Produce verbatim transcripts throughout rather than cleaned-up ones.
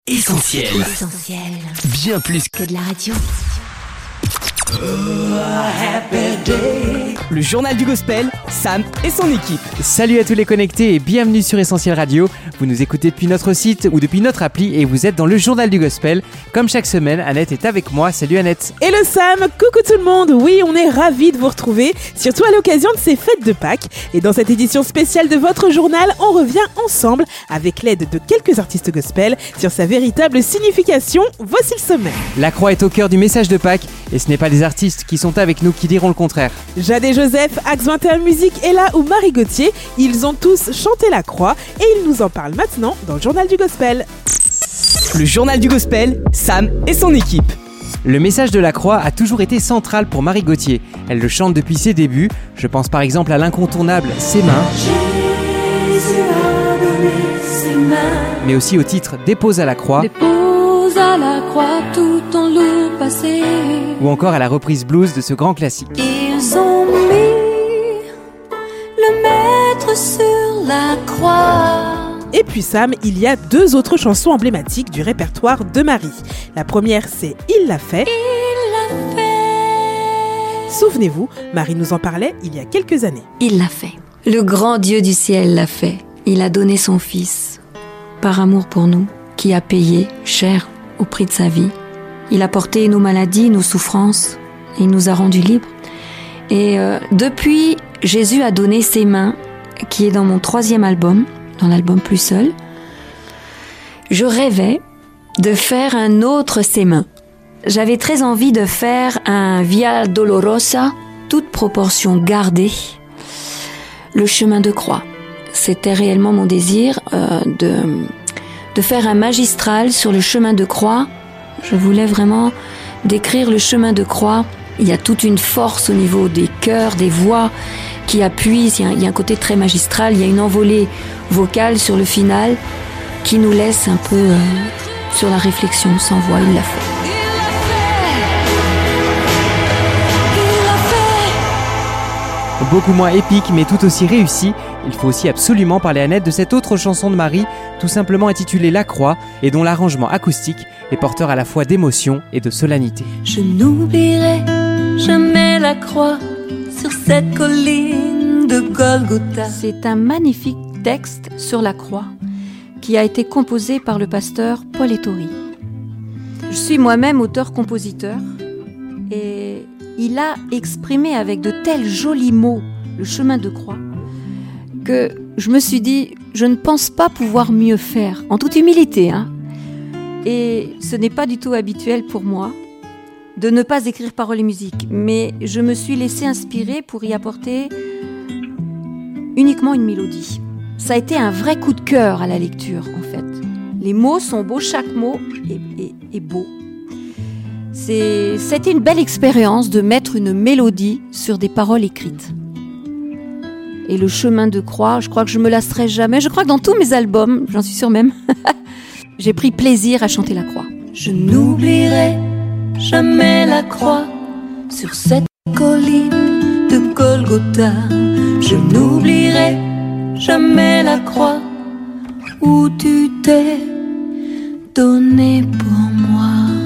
Essentiel. Essentiel. Bien plus que de la radio. Le journal du gospel, Sam et son équipe. Salut à tous les connectés et bienvenue sur Essentiel Radio. Vous nous écoutez depuis notre site ou depuis notre appli et vous êtes dans le journal du gospel. Comme chaque semaine, Annette est avec moi. Salut Annette. Hello Sam, coucou tout le monde. Oui, on est ravis de vous retrouver, surtout à l'occasion de ces fêtes de Pâques. Et dans cette édition spéciale de votre journal, on revient ensemble avec l'aide de quelques artistes gospel sur sa véritable signification. Voici le sommaire. La croix est au cœur du message de Pâques et ce n'est pas les artistes qui sont avec nous qui diront le contraire. Jade et Joseph, Axe vingt et un Musique, Ella ou Marie Gauthier, ils ont tous chanté la croix et ils nous en parlent maintenant dans le journal du gospel. Le journal du gospel, Sam et son équipe. Le message de la croix a toujours été central pour Marie Gauthier. Elle le chante depuis ses débuts. Je pense par exemple à l'incontournable « Ses mains », Jésus a donné ses mains. Mais aussi au titre « Dépose à la croix » Dépose à la croix tout ton lourd passé. ou encore à la reprise blues de ce grand classique. Ils ont mis le maître sur la croix. Et puis Sam, il y a deux autres chansons emblématiques du répertoire de Marie. La première, c'est « Il l'a fait ». Il l'a fait. Souvenez-vous, Marie nous en parlait il y a quelques années. Il l'a fait. Le grand Dieu du ciel l'a fait. Il a donné son Fils, par amour pour nous, qui a payé cher au prix de sa vie. Il a porté nos maladies, nos souffrances, et il nous a rendus libres. Et euh, depuis, Jésus a donné ses mains, qui est dans mon troisième album, dans l'album Plus Seul. Je rêvais de faire un autre ses mains. J'avais très envie de faire un Via Dolorosa, toute proportion gardée, le chemin de croix. C'était réellement mon désir euh, de, de faire un magistral sur le chemin de croix. Je voulais vraiment décrire le chemin de croix. Il y a toute une force au niveau des chœurs, des voix qui appuient. Il y a, il y a un côté très magistral. Il y a une envolée vocale sur le final qui nous laisse un peu euh, sur la réflexion sans voix. Il l'a fait. Beaucoup moins épique mais tout aussi réussi. Il faut aussi absolument parler à Annette de cette autre chanson de Marie, tout simplement intitulée La Croix, et dont l'arrangement acoustique est porteur à la fois d'émotion et de solennité. Je n'oublierai jamais la croix sur cette colline de Golgotha. C'est un magnifique texte sur la croix qui a été composé par le pasteur Paul Ettori. Je suis moi-même auteur-compositeur et il a exprimé avec de tels jolis mots le chemin de croix que je me suis dit, je ne pense pas pouvoir mieux faire, en toute humilité, hein. Et ce n'est pas du tout habituel pour moi de ne pas écrire paroles et musique, mais je me suis laissée inspirer pour y apporter uniquement une mélodie. Ça a été un vrai coup de cœur à la lecture, en fait. Les mots sont beaux, chaque mot est, est, est beau. C'est, c'était une belle expérience de mettre une mélodie sur des paroles écrites. Et le chemin de croix, je crois que je me lasserai jamais. Je crois que dans tous mes albums, j'en suis sûre même, j'ai pris plaisir à chanter la croix. Je n'oublierai jamais la croix sur cette colline de Golgotha. Je n'oublierai jamais la croix où tu t'es donné pour moi.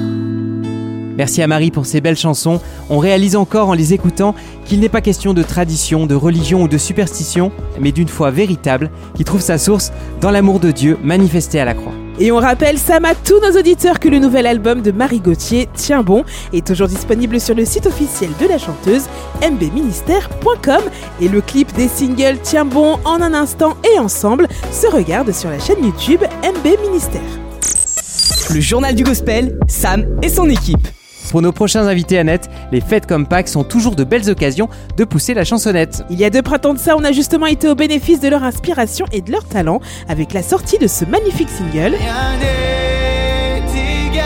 Merci à Marie pour ces belles chansons. On réalise encore en les écoutant qu'il n'est pas question de tradition, de religion ou de superstition, mais d'une foi véritable qui trouve sa source dans l'amour de Dieu manifesté à la croix. Et on rappelle, Sam, à tous nos auditeurs que le nouvel album de Marie Gauthier, Tiens bon, est toujours disponible sur le site officiel de la chanteuse, m b ministère point com. Et le clip des singles Tiens bon, En un instant et Ensemble se regarde sur la chaîne YouTube M B Ministère. Le journal du gospel, Sam et son équipe. Pour nos prochains invités, Annette, les fêtes comme Pâques sont toujours de belles occasions de pousser la chansonnette. Il y a deux printemps de ça, on a justement été au bénéfice de leur inspiration et de leur talent avec la sortie de ce magnifique single. Rien n'est égal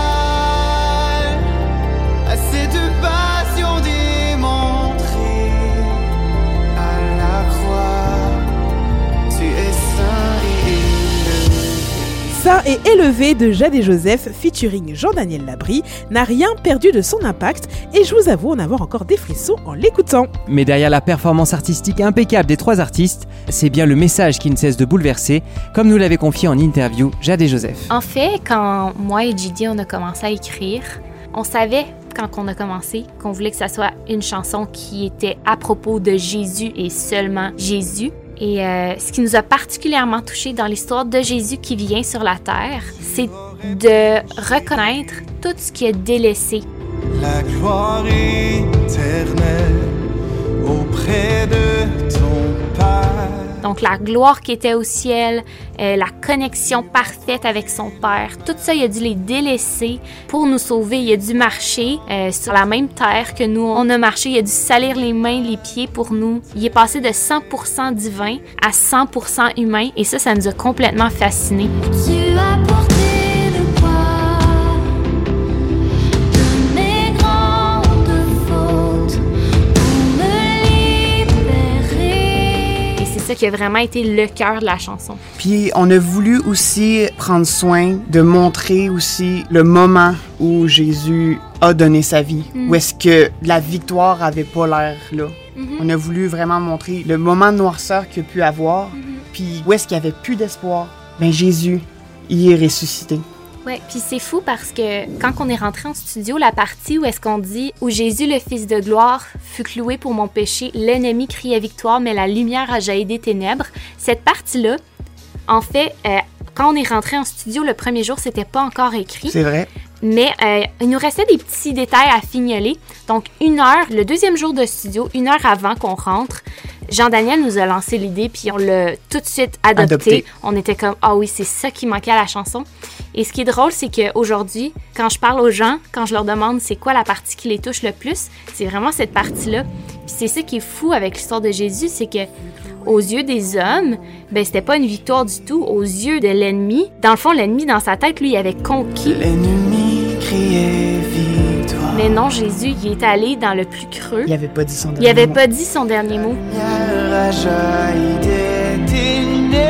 à cette passion démontrée à la croix. Tu es saint et élevé. Saint et élevé de Jade et Joseph featuring Jean-Daniel Labrie n'a rien perdu de son impact et je vous avoue en avoir encore des frissons en l'écoutant. Mais derrière la performance artistique impeccable des trois artistes, c'est bien le message qui ne cesse de bouleverser, comme nous l'avait confié en interview Jade et Joseph. En fait, quand moi et J D on a commencé à écrire, on savait quand on a commencé qu'on voulait que ça soit une chanson qui était à propos de Jésus et seulement Jésus. Et euh, ce qui nous a particulièrement touchés dans l'histoire de Jésus qui vient sur la terre, c'est de reconnaître tout ce qu'il a délaissé. La gloire éternelle auprès de ton Père. Donc la gloire qui était au ciel, euh, la connexion parfaite avec son Père, tout ça, il a dû les délaisser pour nous sauver. Il a dû marcher euh, sur la même terre que nous, on a marché. Il a dû salir les mains, les pieds pour nous. Il est passé de cent pour cent divin à cent pour cent humain et ça, ça nous a complètement fascinés. Tu as porté le poids de mes grandes fautes pour me libérer. Et c'est ça qui a vraiment été le cœur de la chanson. Puis on a voulu aussi prendre soin de montrer aussi le moment où Jésus a donné sa vie, Mm. où est-ce que la victoire avait pas l'air là. Mm-hmm. On a voulu vraiment montrer le moment de noirceur qu'il a pu avoir, Mm-hmm. puis où est-ce qu'il y avait plus d'espoir. Ben Jésus, il est ressuscité. Ouais, puis c'est fou parce que quand on est rentré en studio, la partie où est-ce qu'on dit « Où Jésus, le Fils de gloire, fut cloué pour mon péché, l'ennemi criait victoire, mais la lumière a jailli des ténèbres », cette partie-là, en fait, euh, quand on est rentré en studio le premier jour, c'était pas encore écrit. C'est vrai. Mais euh, il nous restait des petits détails à fignoler. Donc, une heure, le deuxième jour de studio, une heure avant qu'on rentre, Jean-Daniel nous a lancé l'idée, puis on l'a tout de suite adopté. Adopté. On était comme, ah oui, c'est ça qui manquait à la chanson. Et ce qui est drôle, c'est qu'aujourd'hui, quand je parle aux gens, quand je leur demande c'est quoi la partie qui les touche le plus, c'est vraiment cette partie-là. Puis c'est ça qui est fou avec l'histoire de Jésus, c'est que aux yeux des hommes, ben c'était pas une victoire du tout. Aux yeux de l'ennemi, dans le fond, l'ennemi, dans sa tête, lui, il avait conquis. L'ennemi criait victoire. Mais non, Jésus, il est allé dans le plus creux. Il avait pas dit son Il dernier avait mot. pas dit son dernier mot. Lumière a jailli des ténèbres.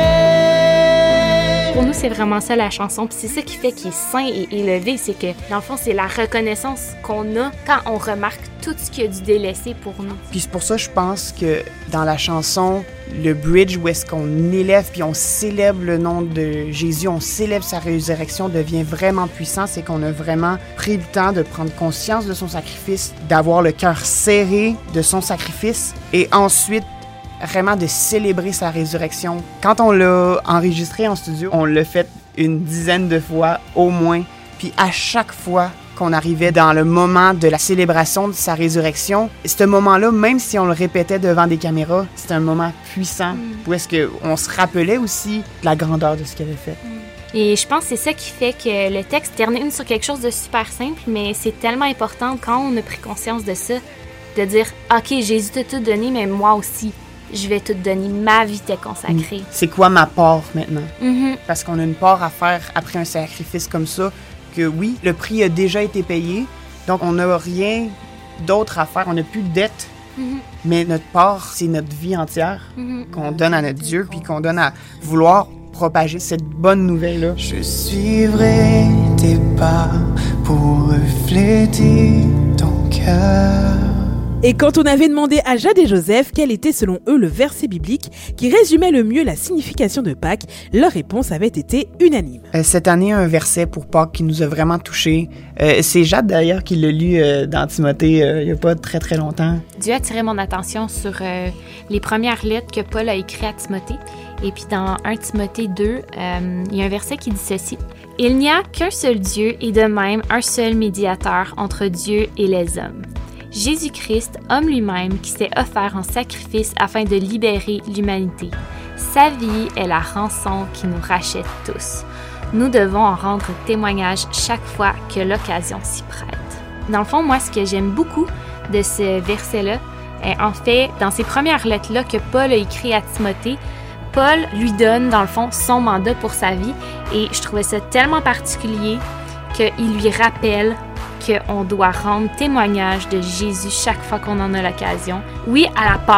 Pour nous, c'est vraiment ça la chanson. Puis c'est ça qui fait qu'il est saint et élevé, c'est que, dans le fond, c'est la reconnaissance qu'on a quand on remarque tout ce qu'il a dû délaisser pour nous. Puis c'est pour ça, je pense que dans la chanson, le bridge où est-ce qu'on élève puis on célèbre le nom de Jésus, on célèbre sa résurrection, devient vraiment puissant. C'est qu'on a vraiment pris le temps de prendre conscience de son sacrifice, d'avoir le cœur serré de son sacrifice et ensuite vraiment de célébrer sa résurrection. Quand on l'a enregistré en studio, on l'a fait une dizaine de fois au moins. Puis à chaque fois qu'on arrivait dans le moment de la célébration de sa résurrection, ce moment-là, même si on le répétait devant des caméras, c'était un moment puissant. Où est-ce qu'on se rappelait aussi de la grandeur de ce qu'il avait fait. Et je pense que c'est ça qui fait que le texte termine sur quelque chose de super simple, mais c'est tellement important quand on a pris conscience de ça, de dire « Ok, Jésus t'a tout donné, mais moi aussi, je vais tout donner. Ma vie t'est consacrée. » C'est quoi ma part maintenant? Mhm. Parce qu'on a une part à faire après un sacrifice comme ça, que oui, le prix a déjà été payé, donc on n'a rien d'autre à faire, on n'a plus de dette, Mhm. mais notre part, c'est notre vie entière Mhm. qu'on donne à notre Dieu, puis qu'on donne à vouloir propager cette bonne nouvelle-là. Je suivrai tes pas pour refléter ton cœur. Et quand on avait demandé à Jade et Joseph quel était selon eux le verset biblique qui résumait le mieux la signification de Pâques, leur réponse avait été unanime. Euh, cette année, un verset pour Pâques qui nous a vraiment touchés. Euh, c'est Jade d'ailleurs qui l'a lu euh, dans Timothée euh, il n'y a pas très très longtemps. Dieu a attiré mon attention sur euh, les premières lettres que Paul a écrites à Timothée. Et puis dans premier Timothée deux, euh, il y a un verset qui dit ceci. « Il n'y a qu'un seul Dieu et de même un seul médiateur entre Dieu et les hommes. Jésus-Christ, homme lui-même, qui s'est offert en sacrifice afin de libérer l'humanité. Sa vie est la rançon qui nous rachète tous. Nous devons en rendre témoignage chaque fois que l'occasion s'y prête. » Dans le fond, moi, ce que j'aime beaucoup de ce verset-là, est en fait, dans ces premières lettres-là que Paul a écrites à Timothée, Paul lui donne, dans le fond, son mandat pour sa vie. Et je trouvais ça tellement particulier qu'il lui rappelle qu'on doit rendre témoignage de Jésus chaque fois qu'on en a l'occasion. Oui, à la Pâques,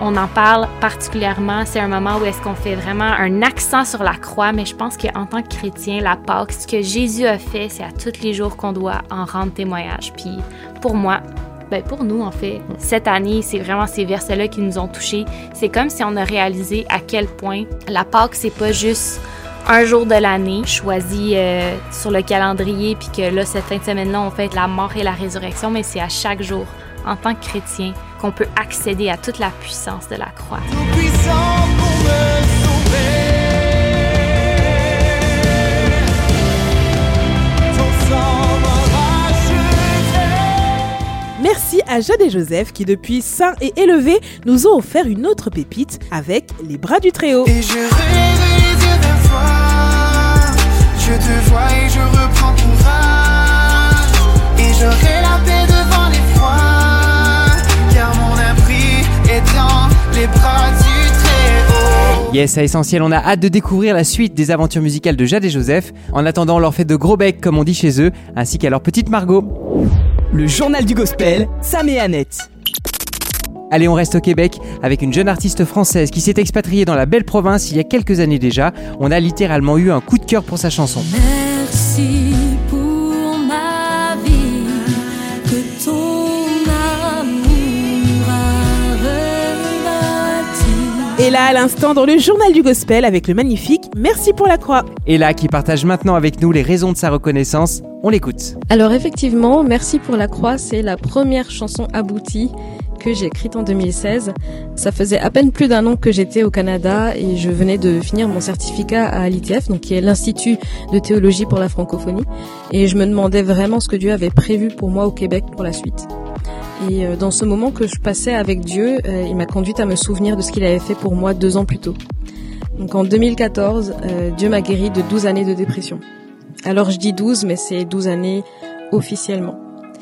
on en parle particulièrement. C'est un moment où est-ce qu'on fait vraiment un accent sur la croix, mais je pense qu'en tant que chrétien, la Pâque, ce que Jésus a fait, c'est à tous les jours qu'on doit en rendre témoignage. Puis pour moi, ben pour nous en fait, cette année, c'est vraiment ces versets-là qui nous ont touchés. C'est comme si on a réalisé à quel point la Pâque, c'est pas juste un jour de l'année choisi euh, sur le calendrier, puis que là, cette fin de semaine-là, on fête la mort et la résurrection, mais c'est à chaque jour, en tant que chrétien, qu'on peut accéder à toute la puissance de la croix. Tout puissant pour me sauver. Ton sang m'a racheté. Merci à Jade et Joseph qui, depuis saints et élevés, nous ont offert une autre pépite avec Les Bras du Très-Haut. Et je réveille les yeux vers toi. Je te vois et je reprends courage. Et j'aurai la paix devant les froids. Car mon abri est dans les bras du Très-Haut. Yes, à Essentiel, on a hâte de découvrir la suite des aventures musicales de Jade et Joseph. En attendant, on leur fait de gros becs, comme on dit chez eux, ainsi qu'à leur petite Margot. Le journal du gospel, Sam et Annette. Allez, on reste au Québec avec une jeune artiste française qui s'est expatriée dans la belle province il y a quelques années déjà. On a littéralement eu un coup de cœur pour sa chanson. Merci pour ma vie, que ton amour a rebâti. Et là, à l'instant, dans le journal du gospel avec le magnifique Merci pour la croix. Et là, qui partage maintenant avec nous les raisons de sa reconnaissance, on l'écoute. Alors effectivement, Merci pour la croix, c'est la première chanson aboutie que j'ai écrite en deux mille seize. Ça faisait à peine plus d'un an que j'étais au Canada et je venais de finir mon certificat à l'I T F, donc qui est l'Institut de théologie pour la francophonie. Et je me demandais vraiment ce que Dieu avait prévu pour moi au Québec pour la suite. Et dans ce moment que je passais avec Dieu, il m'a conduite à me souvenir de ce qu'il avait fait pour moi deux ans plus tôt. Donc en deux mille quatorze, Dieu m'a guéri de douze années de dépression. Alors je dis douze, mais c'est douze années officiellement.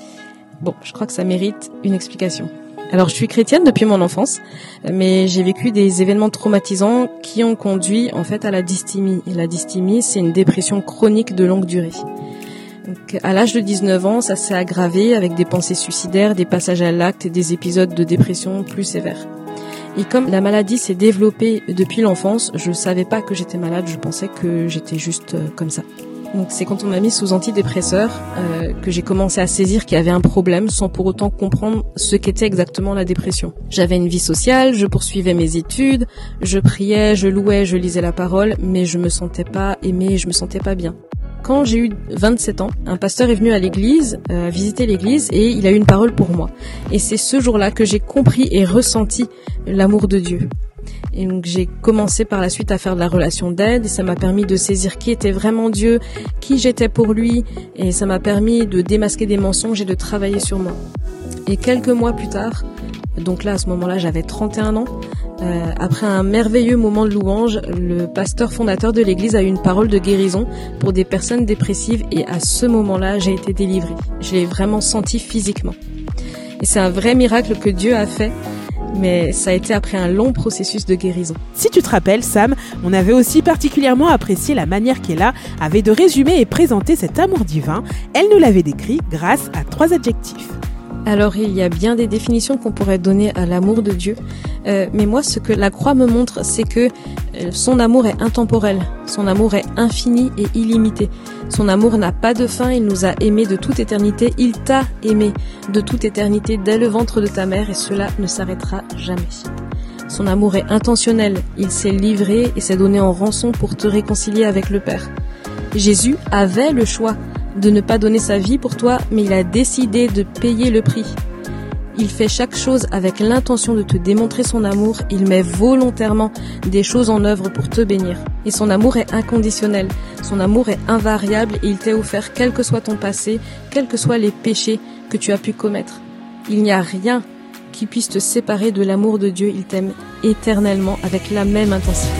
Bon, je crois que ça mérite une explication. Alors je suis chrétienne depuis mon enfance, mais j'ai vécu des événements traumatisants qui ont conduit en fait à la dysthymie. Et la dysthymie, c'est une dépression chronique de longue durée. Donc, à l'âge de dix-neuf ans, ça s'est aggravé avec des pensées suicidaires, des passages à l'acte et des épisodes de dépression plus sévères. Et comme la maladie s'est développée depuis l'enfance, je savais pas que j'étais malade, je pensais que j'étais juste euh, comme ça. Donc c'est quand on m'a mis sous antidépresseur euh, que j'ai commencé à saisir qu'il y avait un problème sans pour autant comprendre ce qu'était exactement la dépression. J'avais une vie sociale, je poursuivais mes études, je priais, je louais, je lisais la parole, mais je me sentais pas aimée, je me sentais pas bien. Quand j'ai eu vingt-sept ans, un pasteur est venu à l'église, euh, visiter l'église, et il a eu une parole pour moi. Et c'est ce jour-là que j'ai compris et ressenti l'amour de Dieu. Et donc j'ai commencé par la suite à faire de la relation d'aide et ça m'a permis de saisir qui était vraiment Dieu, qui j'étais pour lui et ça m'a permis de démasquer des mensonges et de travailler sur moi. Et quelques mois plus tard, donc là à ce moment-là j'avais trente et un ans, euh, après un merveilleux moment de louange, le pasteur fondateur de l'église a eu une parole de guérison pour des personnes dépressives et à ce moment-là j'ai été délivrée. Je l'ai vraiment senti physiquement. Et c'est un vrai miracle que Dieu a fait. Mais ça a été après un long processus de guérison. Si tu te rappelles, Sam, on avait aussi particulièrement apprécié la manière qu'Ella avait de résumer et présenter cet amour divin. Elle nous l'avait décrit grâce à trois adjectifs. Alors il y a bien des définitions qu'on pourrait donner à l'amour de Dieu, euh, mais moi ce que la croix me montre, c'est que euh, son amour est intemporel, son amour est infini et illimité. Son amour n'a pas de fin, il nous a aimés de toute éternité, il t'a aimé de toute éternité dès le ventre de ta mère et cela ne s'arrêtera jamais. Son amour est intentionnel, il s'est livré et s'est donné en rançon pour te réconcilier avec le Père. Jésus avait le choix de ne pas donner sa vie pour toi, mais il a décidé de payer le prix. Il fait chaque chose avec l'intention de te démontrer son amour, il met volontairement des choses en œuvre pour te bénir. Et son amour est inconditionnel, son amour est invariable et il t'a offert quel que soit ton passé, quels que soient les péchés que tu as pu commettre. Il n'y a rien qui puisse te séparer de l'amour de Dieu, il t'aime éternellement avec la même intensité.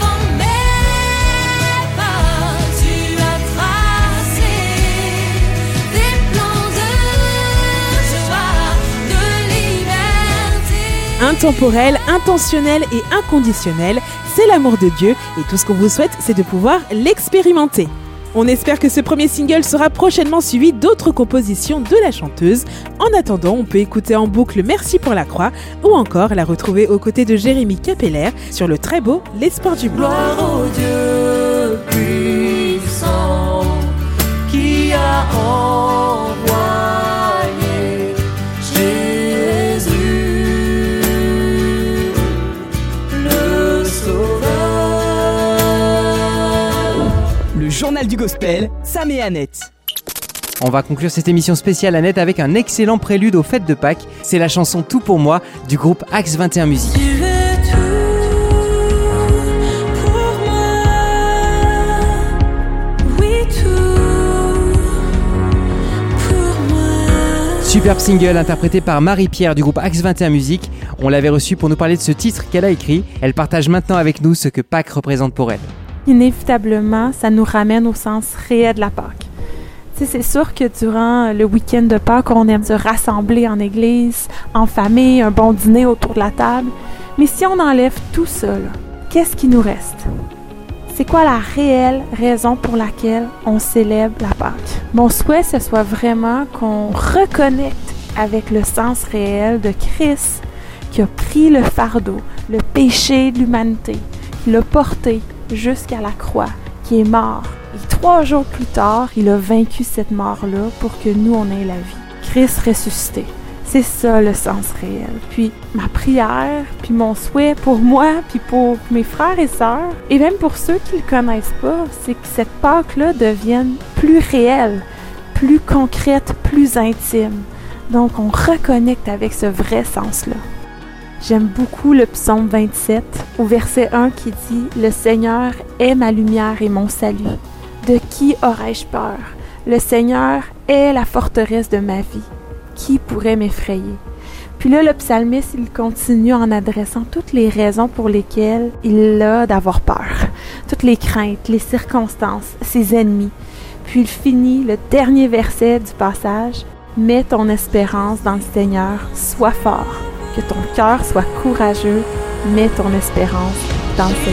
Intemporel, intentionnel et inconditionnel, c'est l'amour de Dieu et tout ce qu'on vous souhaite, c'est de pouvoir l'expérimenter. On espère que ce premier single sera prochainement suivi d'autres compositions de la chanteuse. En attendant, on peut écouter en boucle Merci pour la croix ou encore la retrouver aux côtés de Jérémy Capeller sur le très beau L'espoir du monde. Gloire au Dieu puissant qui a envoyé Jésus, le Sauveur. Le journal du gospel, Sam et Annette. On va conclure cette émission spéciale Annette avec un excellent prélude aux fêtes de Pâques. C'est la chanson Tout pour moi du groupe Axe vingt et un Musique. Tu es tout pour moi, oui tout pour moi. Superbe single interprété par Marie-Pierre du groupe Axe vingt et un Musique. On l'avait reçue pour nous parler de ce titre qu'elle a écrit. Elle partage maintenant avec nous ce que Pâques représente pour elle. Inévitablement, ça nous ramène au sens réel de la Pâques. Tu sais, c'est sûr que durant le week-end de Pâques, on aime se rassembler en église, en famille, un bon dîner autour de la table. Mais si on enlève tout ça, là, qu'est-ce qui nous reste? C'est quoi la réelle raison pour laquelle on célèbre la Pâques? Mon souhait, ce soit vraiment qu'on reconnecte avec le sens réel de Christ qui a pris le fardeau, le péché de l'humanité, qui l'a porté jusqu'à la croix, qui est mort. Et trois jours plus tard, il a vaincu cette mort-là pour que nous, on ait la vie. Christ ressuscité. C'est ça le sens réel. Puis ma prière, puis mon souhait pour moi, puis pour mes frères et sœurs, et même pour ceux qui le connaissent pas, c'est que cette Pâque-là devienne plus réelle, plus concrète, plus intime. Donc on reconnecte avec ce vrai sens-là. J'aime beaucoup le psaume vingt-sept, au verset un qui dit « Le Seigneur est ma lumière et mon salut. De qui aurais-je peur? Le Seigneur est la forteresse de ma vie. Qui pourrait m'effrayer? » Puis là, le psalmiste, il continue en adressant toutes les raisons pour lesquelles il a d'avoir peur. Toutes les craintes, les circonstances, ses ennemis. Puis il finit le dernier verset du passage « Mets ton espérance dans le Seigneur, sois fort. Que ton cœur soit courageux, mets ton espérance dans le Seigneur. »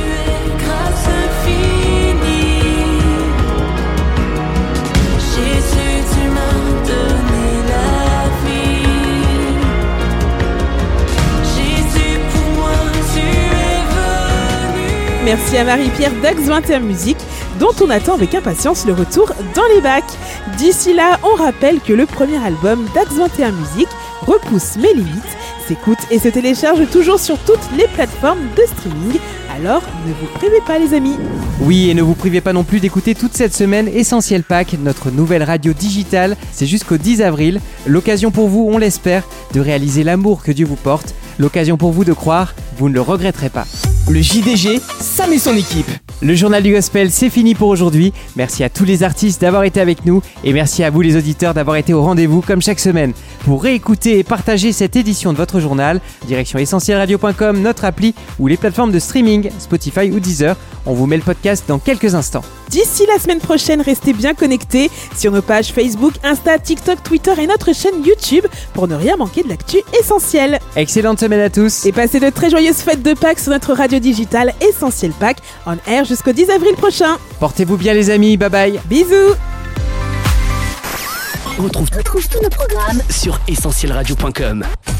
Merci à Marie-Pierre d'Axe vingt et un Musique, dont on attend avec impatience le retour dans les bacs. D'ici là, on rappelle que le premier album d'Axe vingt et un Musique, Repousse mes limites, s'écoute et se télécharge toujours sur toutes les plateformes de streaming. Alors, ne vous privez pas les amis. Oui, et ne vous privez pas non plus d'écouter toute cette semaine Essentiel Pâques, notre nouvelle radio digitale. C'est jusqu'au dix avril. L'occasion pour vous, on l'espère, de réaliser l'amour que Dieu vous porte. L'occasion pour vous de croire, vous ne le regretterez pas. Le J D G, Sam et son équipe. Le journal du gospel, c'est fini pour aujourd'hui. Merci à tous les artistes d'avoir été avec nous et merci à vous les auditeurs d'avoir été au rendez-vous comme chaque semaine. Pour réécouter et partager cette édition de votre journal, direction essentiel radio point com, notre appli ou les plateformes de streaming, Spotify ou Deezer. On vous met le podcast dans quelques instants. D'ici la semaine prochaine, restez bien connectés sur nos pages Facebook, Insta, TikTok, Twitter et notre chaîne YouTube pour ne rien manquer de l'actu essentielle. Excellente semaine à tous. Et passez de très joyeuses fêtes de Pâques sur notre radio digitale Essentiel Pâques on air jusqu'au dix avril prochain. Portez-vous bien les amis, bye bye. Bisous. On retrouve, on retrouve tous nos programmes sur essentiel radio point com.